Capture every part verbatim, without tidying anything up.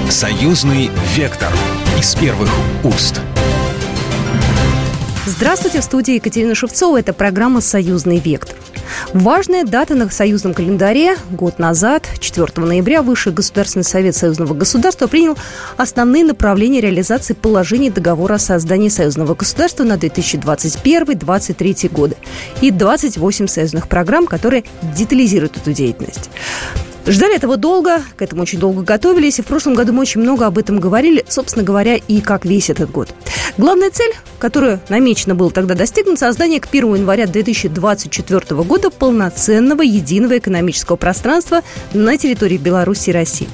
Союзный вектор из первых уст. Здравствуйте, в студии Екатерина Шевцова. Это программа «Союзный вектор». Важная дата на союзном календаре. Год назад, четвёртого ноября, Высший Государственный Совет Союзного государства принял основные направления реализации положений договора о создании союзного государства на две тысячи двадцать первый - две тысячи двадцать третий годы и двадцать восемь союзных программ, которые детализируют эту деятельность. Ждали этого долго, к этому очень долго готовились, и в прошлом году мы очень много об этом говорили, собственно говоря, и как весь этот год. Главная цель, которая намечена была тогда достигнуть, создание к первому января две тысячи двадцать четвёртого года полноценного единого экономического пространства на территории Беларуси и России.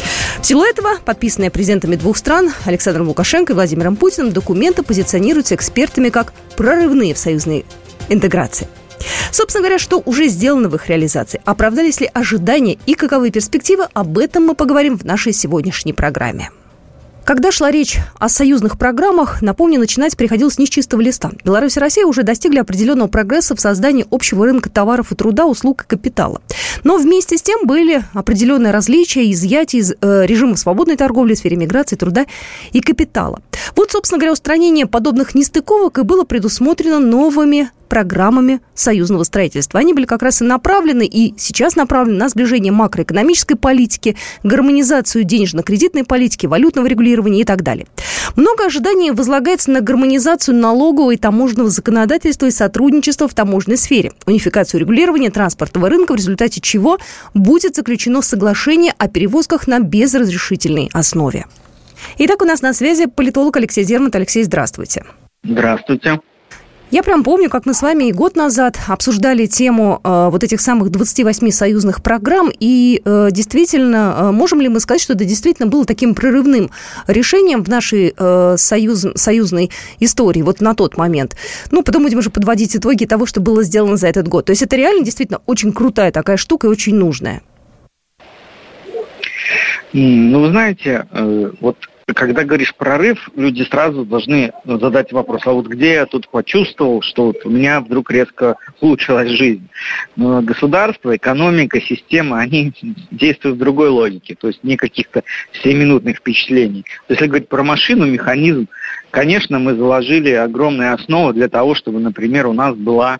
В силу этого, подписанные президентами двух стран, Александром Лукашенко и Владимиром Путиным, документы позиционируются экспертами как прорывные в союзной интеграции. Собственно говоря, что уже сделано в их реализации? Оправдались ли ожидания и каковы перспективы? Об этом мы поговорим в нашей сегодняшней программе. Когда шла речь о союзных программах, напомню, начинать приходилось не с чистого листа. Беларусь и Россия уже достигли определенного прогресса в создании общего рынка товаров и труда, услуг и капитала. Но вместе с тем были определенные различия, изъятия из э, режима свободной торговли в сфере миграции, труда и капитала. Вот, собственно говоря, устранение подобных нестыковок и было предусмотрено новыми программами союзного строительства. Они были как раз и направлены, и сейчас направлены на сближение макроэкономической политики, гармонизацию денежно-кредитной политики, валютного регулирования и так далее. Много ожиданий возлагается на гармонизацию налогового и таможенного законодательства и сотрудничества в таможенной сфере, унификацию регулирования транспортного рынка, в результате чего будет заключено соглашение о перевозках на безразрешительной основе. Итак, у нас на связи политолог Алексей Зермат. Алексей, здравствуйте. Здравствуйте. Я прям помню, как мы с вами и год назад обсуждали тему э, вот этих самых двадцати восьми союзных программ, и э, действительно, э, можем ли мы сказать, что это действительно было таким прорывным решением в нашей э, союз, союзной истории вот на тот момент? Ну, потом будем уже подводить итоги того, что было сделано за этот год. То есть это реально действительно очень крутая такая штука и очень нужная. Ну, вы знаете, э, вот когда говоришь прорыв, люди сразу должны задать вопрос, а вот где я тут почувствовал, что вот у меня вдруг резко улучшилась жизнь? Но государство, экономика, система, они действуют в другой логике, то есть не каких-то всеминутных впечатлений. То есть, если говорить про машину, механизм, конечно, мы заложили огромные основы для того, чтобы, например, у нас была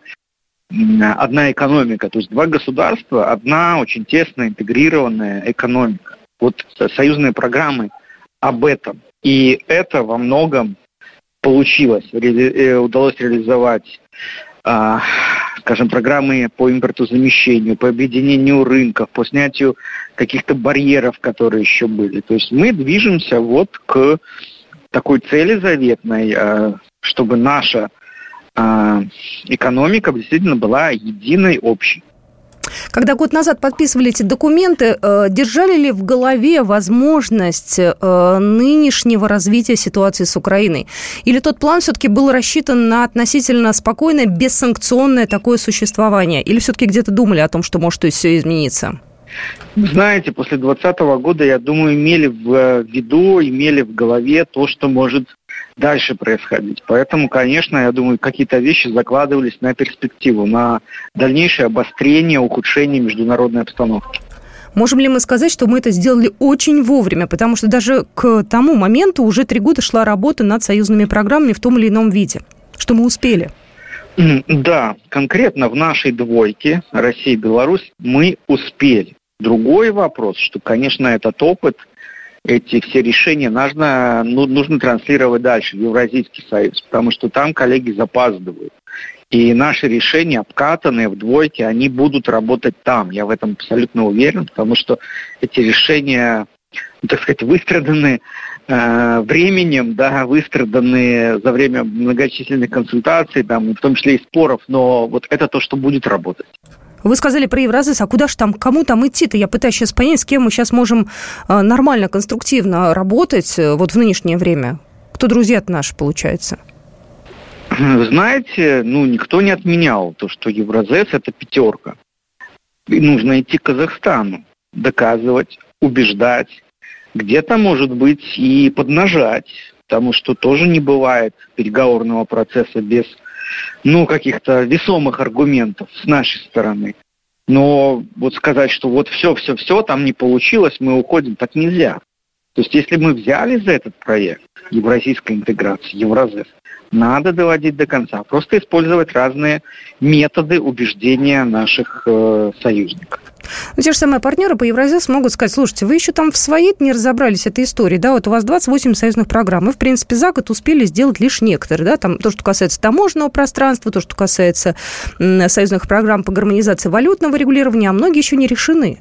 одна экономика, то есть два государства, одна очень тесно интегрированная экономика. Вот союзные программы об этом. И это во многом получилось. Ре- удалось реализовать, э, скажем, программы по импортозамещению, по объединению рынков, по снятию каких-то барьеров, которые еще были. То есть мы движемся вот к такой цели заветной, э, чтобы наша э, экономика действительно была единой, общей. Когда год назад подписывали эти документы, э, держали ли в голове возможность э, нынешнего развития ситуации с Украиной? Или тот план все-таки был рассчитан на относительно спокойное, бессанкционное такое существование? Или все-таки где-то думали о том, что может все измениться? Знаете, после двадцатого года, я думаю, имели в виду, имели в голове то, что может дальше происходить. Поэтому, конечно, я думаю, какие-то вещи закладывались на перспективу, на дальнейшее обострение, ухудшение международной обстановки. Можем ли мы сказать, что мы это сделали очень вовремя? Потому что даже к тому моменту уже три года шла работа над союзными программами в том или ином виде. Что мы успели? Да, конкретно в нашей двойке Россия и Беларусь мы успели. Другой вопрос, что, конечно, этот опыт, эти все решения нужно, ну, нужно транслировать дальше в Евразийский союз, потому что там коллеги запаздывают. И наши решения, обкатанные в двойке, они будут работать там. Я в этом абсолютно уверен, потому что эти решения, ну, так сказать, выстраданы э, временем, да, выстраданы за время многочисленных консультаций, там, в том числе и споров, но вот это то, что будет работать. Вы сказали про Евразис, а куда же там, кому там идти-то? Я пытаюсь сейчас понять, с кем мы сейчас можем нормально, конструктивно работать вот в нынешнее время. Кто друзья-то наши, получается? Вы знаете, ну, никто не отменял то, что Евразес – это пятерка. И нужно идти к Казахстану, доказывать, убеждать, где-то, может быть, и поднажать, потому что тоже не бывает переговорного процесса без ну, каких-то весомых аргументов с нашей стороны. Но вот сказать, что вот все-все-все, там не получилось, мы уходим, так нельзя. То есть если мы взяли за этот проект евразийской интеграции, Евразес, надо доводить до конца. Просто использовать разные методы убеждения наших э, союзников. Ну, те же самые партнеры по Евразес могут сказать: слушайте, вы еще там в своей не разобрались этой истории, да, вот у вас двадцать восемь союзных программ, и, в принципе, за год успели сделать лишь некоторые, да, там то, что касается таможенного пространства, то, что касается м, союзных программ по гармонизации валютного регулирования, а многие еще не решены.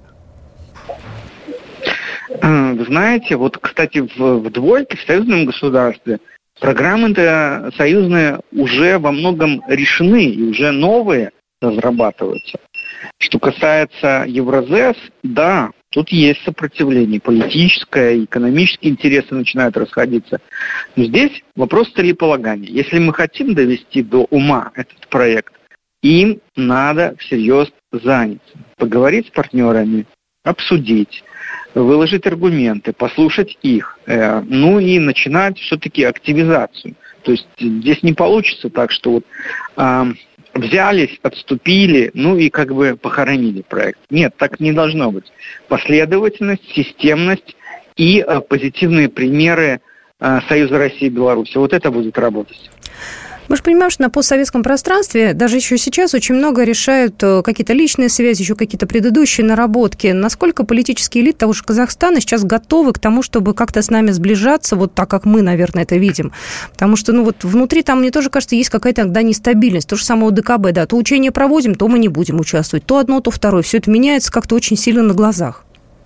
Вы знаете, вот, кстати, в, в двойке, в союзном государстве, программы-то союзные уже во многом решены, и уже новые разрабатываются. Что касается Евразес, да, тут есть сопротивление политическое, экономические интересы начинают расходиться. Но здесь вопрос целеполагания. Если мы хотим довести до ума этот проект, им надо всерьез заняться, поговорить с партнерами, обсудить, выложить аргументы, послушать их, э, ну и начинать все-таки активизацию. То есть здесь не получится так, что вот э, взялись, отступили, ну и как бы похоронили проект. Нет, так не должно быть. Последовательность, системность и э, позитивные примеры э, Союза России и Беларуси. Вот это будет работать. Мы же понимаем, что на постсоветском пространстве даже еще сейчас очень много решают какие-то личные связи, еще какие-то предыдущие наработки. Насколько политические элиты того же Казахстана сейчас готовы к тому, чтобы как-то с нами сближаться, вот так, как мы, наверное, это видим? Потому что, ну вот внутри там, мне тоже кажется, есть какая-то иногда нестабильность. То же самое у ДКБ, да, то учения проводим, то мы не будем участвовать. То одно, то второе. Все это меняется как-то очень сильно на глазах.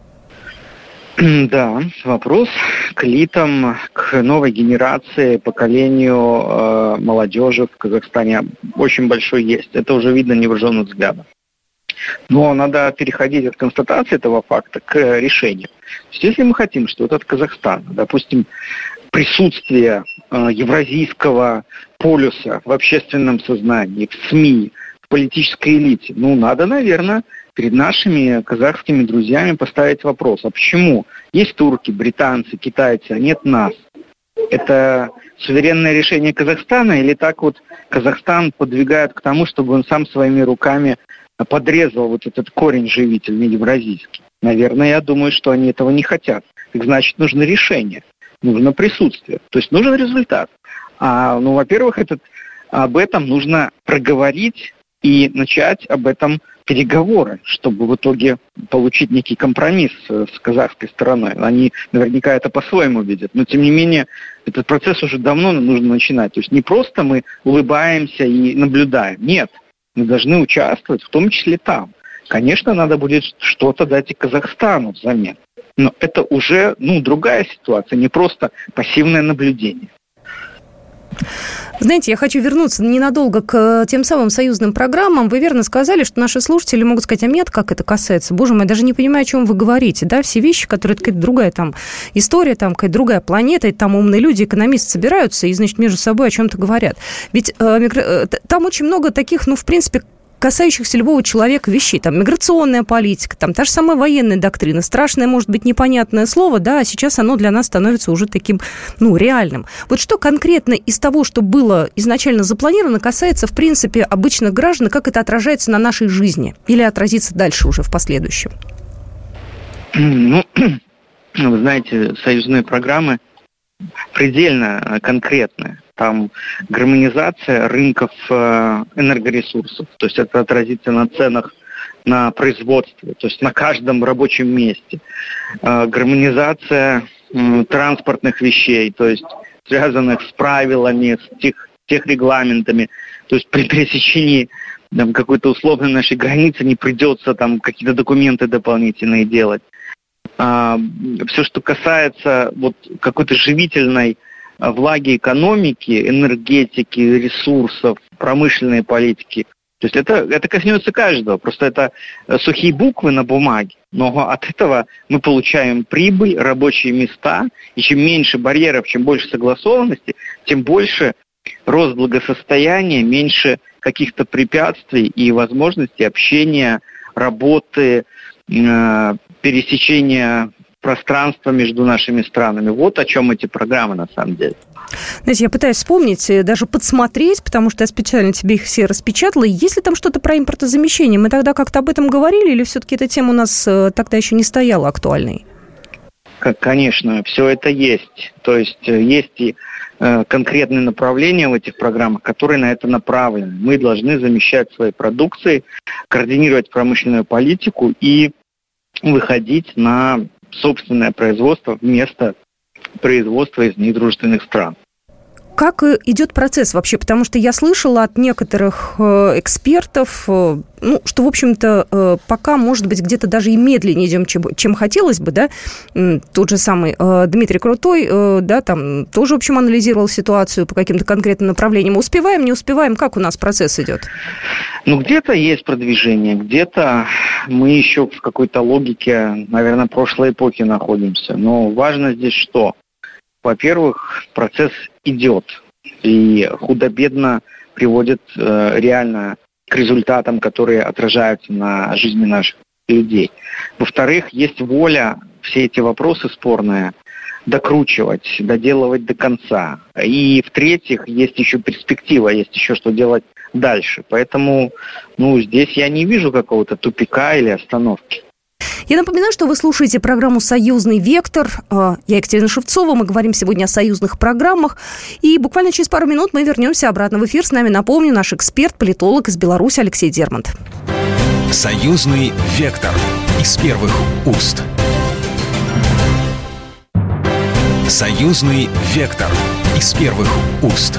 Да, вопрос к элитам, к новой генерации, поколению э, молодежи в Казахстане очень большой есть. Это уже видно невооруженным взглядом. Но надо переходить от констатации этого факта к решению. То есть, если мы хотим, что вот от Казахстана, допустим, присутствие э, евразийского полюса в общественном сознании, в СМИ, в политической элите, ну, надо, наверное, перед нашими казахскими друзьями поставить вопрос: а почему есть турки, британцы, китайцы, а нет нас? Это суверенное решение Казахстана или так вот Казахстан подвигает к тому, чтобы он сам своими руками подрезал вот этот корень живительный евразийский? Наверное, я думаю, что они этого не хотят. Так значит, нужно решение, нужно присутствие, то есть нужен результат. А, ну, во-первых, этот, об этом нужно проговорить и начать об этом переговоры, чтобы в итоге получить некий компромисс с казахской стороной. Они наверняка это по-своему видят, но тем не менее этот процесс уже давно нужно начинать. То есть не просто мы улыбаемся и наблюдаем. Нет, мы должны участвовать, в том числе там. Конечно, надо будет что-то дать и Казахстану взамен. Но это уже, ну, другая ситуация, не просто пассивное наблюдение. Знаете, я хочу вернуться ненадолго к тем самым союзным программам. Вы верно сказали, что наши слушатели могут сказать: а меня как это касается? Боже мой, я даже не понимаю, о чем вы говорите. Да, все вещи, которые какая-то другая там история, там какая-то другая планета, и там умные люди, экономисты собираются и, значит, между собой о чем-то говорят. Ведь э, микро... там очень много таких, ну, в принципе, касающихся любого человека вещей. Там миграционная политика, там та же самая военная доктрина. Страшное, может быть, непонятное слово, да, а сейчас оно для нас становится уже таким, ну, реальным. Вот что конкретно из того, что было изначально запланировано, касается, в принципе, обычных граждан, как это отражается на нашей жизни? Или отразится дальше уже в последующем? Ну, вы знаете, союзные программы предельно конкретные. Там гармонизация рынков энергоресурсов, то есть это отразится на ценах на производстве, то есть на каждом рабочем месте. Гармонизация транспортных вещей, то есть связанных с правилами, с тех, тех регламентами, то есть при пересечении там, какой-то условной нашей границы не придется там какие-то документы дополнительные делать. А, все, что касается вот какой-то живительной влаги экономики, энергетики, ресурсов, промышленной политики. То есть это, это коснется каждого. Просто это сухие буквы на бумаге. Но от этого мы получаем прибыль, рабочие места. И чем меньше барьеров, чем больше согласованности, тем больше рост благосостояния, меньше каких-то препятствий и возможностей общения, работы, э, пересечения пространство между нашими странами. Вот о чем эти программы на самом деле. Знаете, я пытаюсь вспомнить, даже подсмотреть, потому что я специально тебе их все распечатала. Есть ли там что-то про импортозамещение? Мы тогда как-то об этом говорили, или все-таки эта тема у нас тогда еще не стояла актуальной? Конечно, все это есть. То есть есть и э, конкретные направления в этих программах, которые на это направлены. Мы должны замещать свои продукции, координировать промышленную политику и выходить на собственное производство вместо производства из недружественных стран. Как идет процесс вообще? Потому что я слышала от некоторых э, экспертов, э, ну, что, в общем-то, э, пока, может быть, где-то даже и медленнее идем, чем, чем хотелось бы, да. Тот же самый э, Дмитрий Крутой, э, да, там тоже, в общем, анализировал ситуацию по каким-то конкретным направлениям. Успеваем, не успеваем? Как у нас процесс идет? Ну, где-то есть продвижение, где-то мы еще в какой-то логике, наверное, прошлой эпохи находимся. Но важно здесь что? Во-первых, процесс идет и худо-бедно приводит э, реально к результатам, которые отражаются на жизни наших людей. Во-вторых, есть воля все эти вопросы спорные докручивать, доделывать до конца. И в-третьих, есть еще перспектива, есть еще что делать дальше. Поэтому, ну, здесь я не вижу какого-то тупика или остановки. Я напоминаю, что вы слушаете программу «Союзный вектор». Я Екатерина Шевцова. Мы говорим сегодня о союзных программах. И буквально через пару минут мы вернемся обратно в эфир. С нами, напомню, наш эксперт, политолог из Беларуси Алексей Дермонт. «Союзный вектор» из первых уст. «Союзный вектор» из первых уст.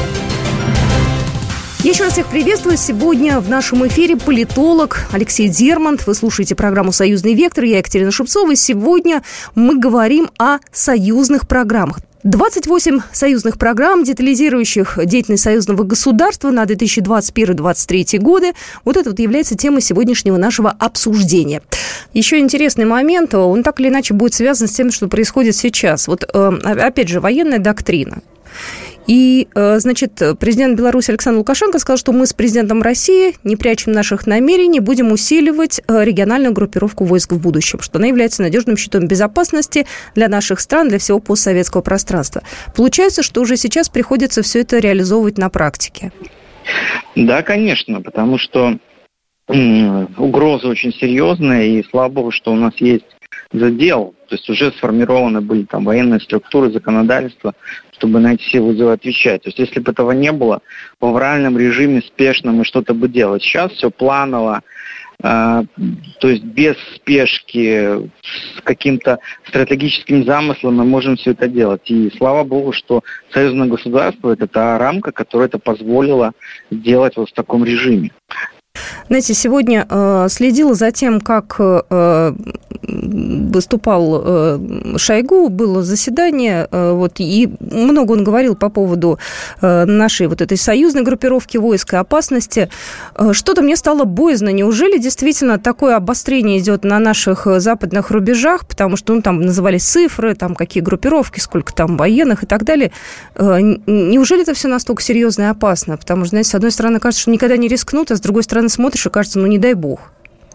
Я еще раз всех приветствую. Сегодня в нашем эфире политолог Алексей Дермонт. Вы слушаете программу «Союзный вектор». Я Екатерина Шевцова. И сегодня мы говорим о союзных программах. двадцать восемь союзных программ, детализирующих деятельность союзного государства на две тысячи двадцать первый - две тысячи двадцать третий годы. Вот это вот является темой сегодняшнего нашего обсуждения. Еще интересный момент, он так или иначе будет связан с тем, что происходит сейчас. Вот опять же, военная доктрина. И, значит, президент Беларуси Александр Лукашенко сказал, что мы с президентом России не прячем наших намерений, будем усиливать региональную группировку войск в будущем, что она является надежным щитом безопасности для наших стран, для всего постсоветского пространства. Получается, что уже сейчас приходится все это реализовывать на практике. Да, конечно, потому что м- угроза очень серьезная, и слава богу, что у нас есть задел, то есть уже сформированы были там военные структуры, законодательства, чтобы на эти все вызовы отвечать. То есть если бы этого не было, в авральном режиме спешно мы что-то бы делали. Сейчас все планово, э, то есть без спешки, с каким-то стратегическим замыслом мы можем все это делать. И слава богу, что союзное государство – это та рамка, которая это позволила сделать вот в таком режиме. Знаете, сегодня э, следила за тем, как э, выступал э, Шойгу, было заседание, э, вот, и много он говорил по поводу э, нашей вот этой союзной группировки войск и опасности. Э, что-то мне стало боязно. Неужели действительно такое обострение идет на наших западных рубежах, потому что, ну, там назывались цифры, там какие группировки, сколько там военных и так далее. Э, неужели это все настолько серьезно и опасно? Потому что, знаете, с одной стороны, кажется, что никогда не рискнут, а с другой стороны, смотришь и кажется, ну не дай бог.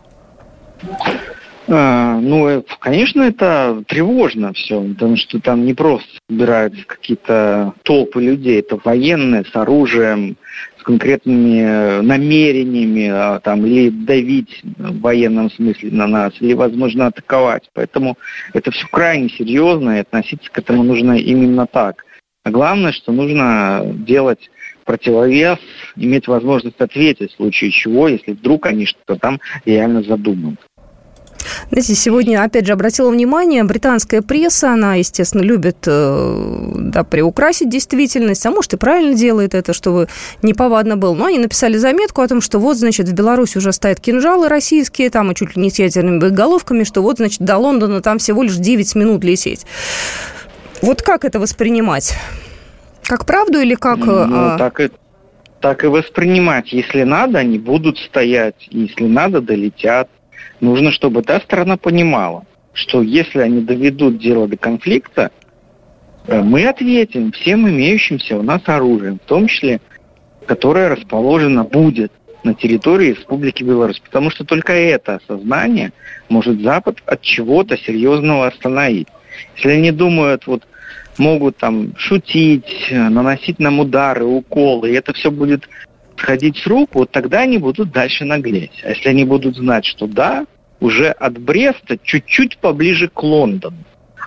А, ну, конечно, это тревожно все, потому что там не просто собираются какие-то толпы людей, это военные с оружием, с конкретными намерениями, там, или давить в военном смысле на нас, или, возможно, атаковать. Поэтому это все крайне серьезно, и относиться к этому нужно именно так. А главное, что нужно делать противовес, иметь возможность ответить в случае чего, если вдруг они что-то там реально задумают. Знаете, сегодня, опять же, обратила внимание, британская пресса, она, естественно, любит да, приукрасить действительность, а может и правильно делает это, чтобы неповадно было. Но они написали заметку о том, что вот, значит, в Беларуси уже стоят кинжалы российские, там и чуть ли не с ядерными боеголовками, что вот, значит, до Лондона там всего лишь девять минут лететь. Вот как это воспринимать? Как правду или как... Ну, а... так, и, так и воспринимать. Если надо, они будут стоять. Если надо, долетят. Нужно, чтобы та сторона понимала, что если они доведут дело до конфликта, мы ответим всем имеющимся у нас оружием, в том числе, которое расположено будет на территории Республики Беларусь. Потому что только это осознание может Запад от чего-то серьезного остановить. Если они думают, вот, могут там шутить, наносить нам удары, уколы, и это все будет сходить с рук, вот тогда они будут дальше наглеть. А если они будут знать, что да, уже от Бреста чуть-чуть поближе к Лондону,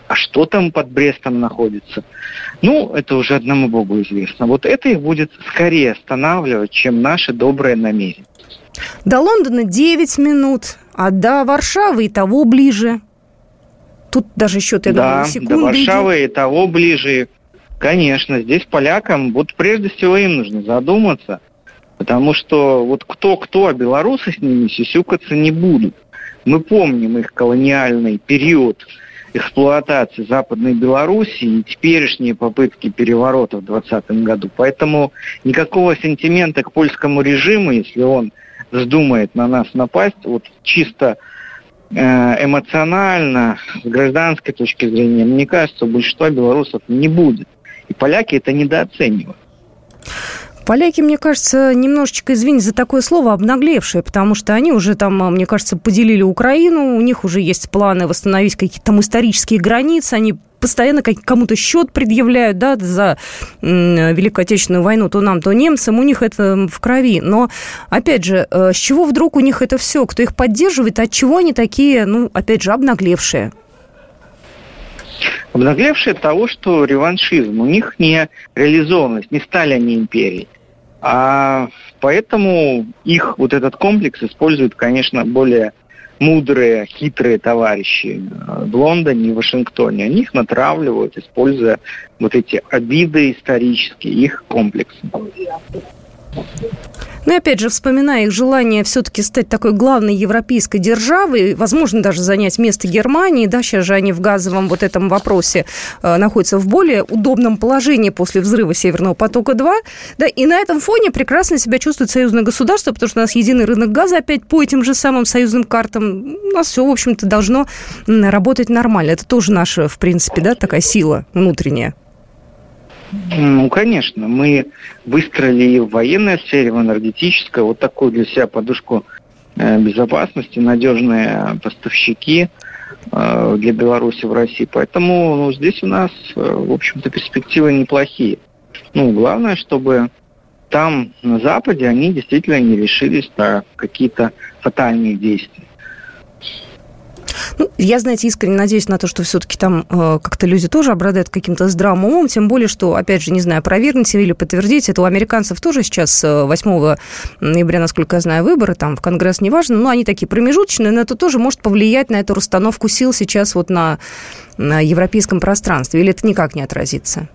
А что там под Брестом находится? Ну, это уже одному Богу известно. Вот это их будет скорее останавливать, чем наши добрые намерения. До Лондона девять минут, а до Варшавы и того ближе. Тут даже счет, я да, думаю, секунды до Варшавы идет. И того ближе. Конечно, здесь полякам, вот прежде всего им нужно задуматься, потому что вот кто-кто, а белорусы с ними сюсюкаться не будут. Мы помним их колониальный период эксплуатации Западной Белоруссии и теперешние попытки переворота в двадцатом году. Поэтому никакого сентимента к польскому режиму, если он вздумает на нас напасть, вот чисто эмоционально, с гражданской точки зрения, мне кажется, у большинства белорусов не будет. И поляки это недооценивают. Поляки, мне кажется, немножечко, извините за такое слово, обнаглевшие, потому что они уже там, мне кажется, поделили Украину, у них уже есть планы восстановить какие-то там исторические границы, они постоянно кому-то счет предъявляют, да, за Великую Отечественную войну, то нам, то немцам, у них это в крови. Но, опять же, с чего вдруг у них это все? Кто их поддерживает? От чего они такие, ну, опять же, обнаглевшие? Обнаглевшие от того, что реваншизм у них не реализованность, не стали они империей. А поэтому их вот этот комплекс используют, конечно, более мудрые, хитрые товарищи в Лондоне и Вашингтоне. Они их натравливают, используя вот эти обиды исторические, их комплексы. Ну и опять же, вспоминая их желание все-таки стать такой главной европейской державой, возможно, даже занять место Германии, да, сейчас же они в газовом вот этом вопросе э, находятся в более удобном положении после взрыва Северного потока-два, да, и на этом фоне прекрасно себя чувствует союзное государство, потому что у нас единый рынок газа опять по этим же самым союзным картам, у нас все, в общем-то, должно работать нормально. Это тоже наша, в принципе, да, такая сила внутренняя. Ну, конечно, мы выстроили и в военной сфере, в энергетической, вот такую для себя подушку безопасности, надежные поставщики для Беларуси в России. Поэтому ну, здесь у нас, в общем-то, перспективы неплохие. Ну, главное, чтобы там, на Западе, они действительно не решились на какие-то фатальные действия. Ну, я, знаете, искренне надеюсь на то, что все-таки там э, как-то люди тоже обладают каким-то здравым умом, тем более, что, опять же, не знаю, опровергните или подтвердите, это у американцев тоже сейчас восьмого ноября, насколько я знаю, выборы, там, в Конгресс, неважно, но они такие промежуточные, но это тоже может повлиять на эту расстановку сил сейчас вот на, на европейском пространстве, или это никак не отразится?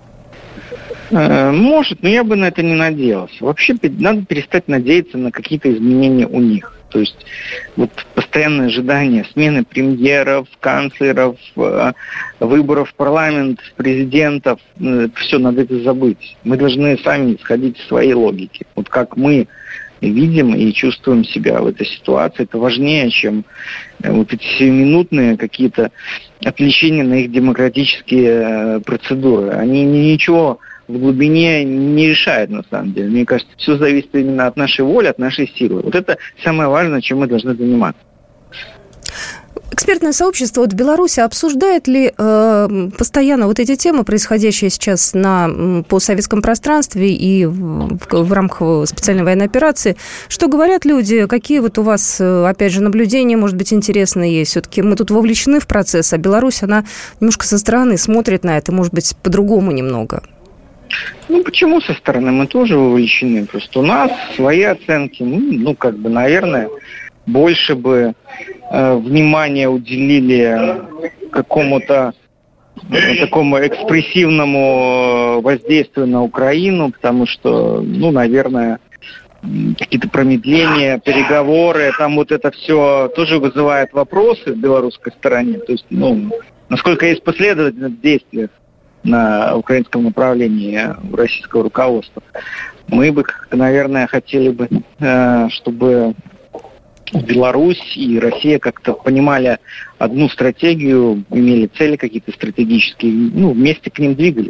Может, но я бы на это не надеялся. Вообще надо перестать надеяться на какие-то изменения у них. То есть вот постоянное ожидание смены премьеров, канцлеров, выборов в парламент, президентов, все, надо это забыть. Мы должны сами исходить из своей логики. Вот как мы видим и чувствуем себя в этой ситуации, это важнее, чем вот эти сиюминутные какие-то отвлечения на их демократические процедуры. Они ничего в глубине не решает, на самом деле. Мне кажется, все зависит именно от нашей воли, от нашей силы. Вот это самое важное, чем мы должны заниматься. Экспертное сообщество вот в Беларуси обсуждает ли э, постоянно вот эти темы, происходящие сейчас на постсоветском пространстве и в, в, в рамках специальной военной операции? Что говорят люди? Какие вот у вас, опять же, наблюдения, может быть, интересные есть? Все-таки мы тут вовлечены в процесс, а Беларусь, она немножко со стороны смотрит на это, может быть, по-другому немного. Ну, почему со стороны? Мы тоже вовлечены. Просто у нас свои оценки. Ну, ну как бы, наверное, больше бы э, внимания уделили какому-то э, такому экспрессивному воздействию на Украину, потому что, ну, наверное, какие-то промедления, переговоры, там вот это все тоже вызывает вопросы в белорусской стороне. То есть, ну, насколько есть последовательность действий на украинском направлении российского руководства. Мы бы, наверное, хотели бы, чтобы Беларусь и Россия как-то понимали одну стратегию, имели цели какие-то стратегические, ну, вместе к ним двигались.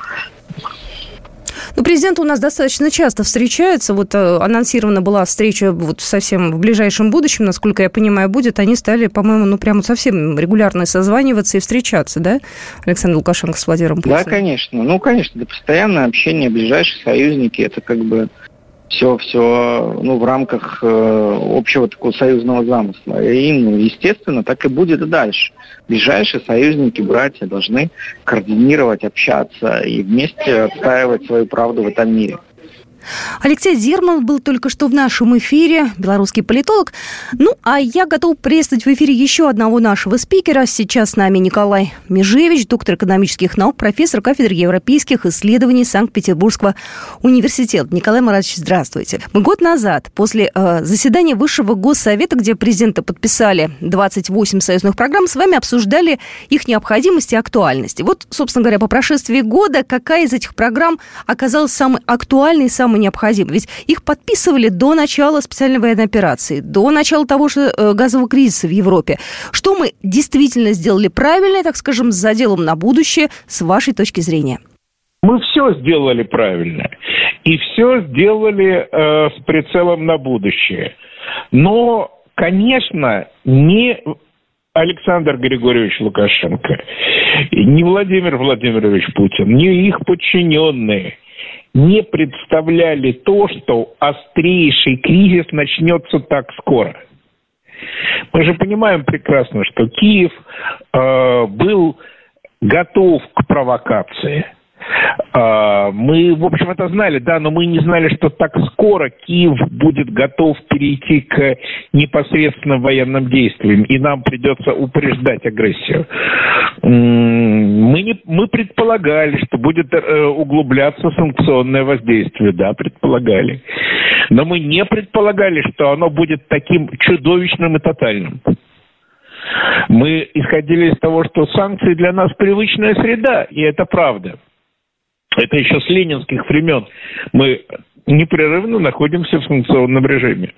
Ну, президент у нас достаточно часто встречается. Вот э, анонсирована была встреча вот совсем в ближайшем будущем, насколько я понимаю, будет. Они стали, по-моему, ну, прямо совсем регулярно созваниваться и встречаться, да, Александр Лукашенко с Владимиром Путиным? Да, конечно. Ну, конечно, это постоянное общение, ближайшие союзники. Это как бы все, все ну, в рамках э, общего такого союзного замысла. И, ну, естественно, так и будет и дальше. Ближайшие союзники, братья должны координировать, общаться и вместе отстаивать свою правду в этом мире. Алексей Зерман был только что в нашем эфире, белорусский политолог. Ну, а я готов приветствовать в эфире еще одного нашего спикера. Сейчас с нами Николай Межевич, доктор экономических наук, профессор кафедры европейских исследований Санкт-Петербургского университета. Николай Маратович, здравствуйте. Мы год назад, после э, заседания Высшего Госсовета, где президенты подписали двадцать восемь союзных программ, с вами обсуждали их необходимость и актуальность. И вот, собственно говоря, по прошествии года, какая из этих программ оказалась самой актуальной и самой необходимой? Ведь их подписывали до начала специальной военной операции, до начала того же э, газового кризиса в Европе. Что мы действительно сделали правильно, так скажем, с заделом на будущее, с вашей точки зрения? Мы все сделали правильно. И все сделали э, с прицелом на будущее. Но, конечно, не Александр Григорьевич Лукашенко, не Владимир Владимирович Путин, не их подчиненные не представляли то, что острейший кризис начнется так скоро. Мы же понимаем прекрасно, что Киев э, был готов к провокации. Э, мы, в общем, это знали, да, но мы не знали, что так скоро Киев будет готов перейти к непосредственным военным действиям, и нам придется упреждать агрессию. Мы, не, мы предполагали, что будет э, углубляться санкционное воздействие, да, предполагали. Но мы не предполагали, что оно будет таким чудовищным и тотальным. Мы исходили из того, что санкции для нас привычная среда, и это правда. Это еще с ленинских времен. Мы непрерывно находимся в санкционном режиме.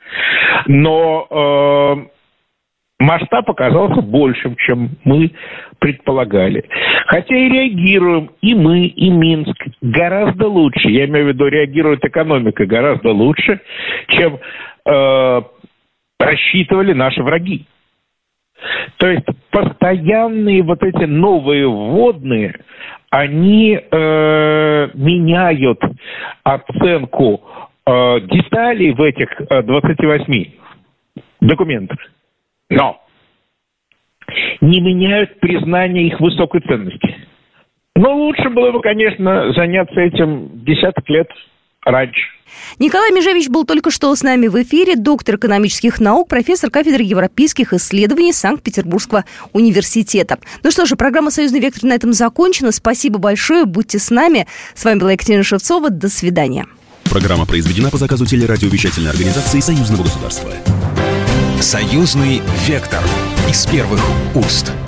Но э, масштаб оказался большим, чем мы предполагали. Хотя и реагируем и мы, и Минск гораздо лучше. Я имею в виду, реагирует экономика гораздо лучше, чем э, рассчитывали наши враги. То есть постоянные вот эти новые вводные, они э, меняют оценку э, деталей в этих э, двадцати восьми документах. Но не меняют признание их высокой ценности. Но лучше было бы, конечно, заняться этим десяток лет раньше. Николай Межевич был только что с нами в эфире, доктор экономических наук, профессор кафедры европейских исследований Санкт-Петербургского университета. Ну что же, программа «Союзный вектор» на этом закончена. Спасибо большое, будьте с нами. С вами была Екатерина Шевцова. До свидания. Программа произведена по заказу телерадиовещательной организации Союзного государства. «Союзный вектор» из первых уст.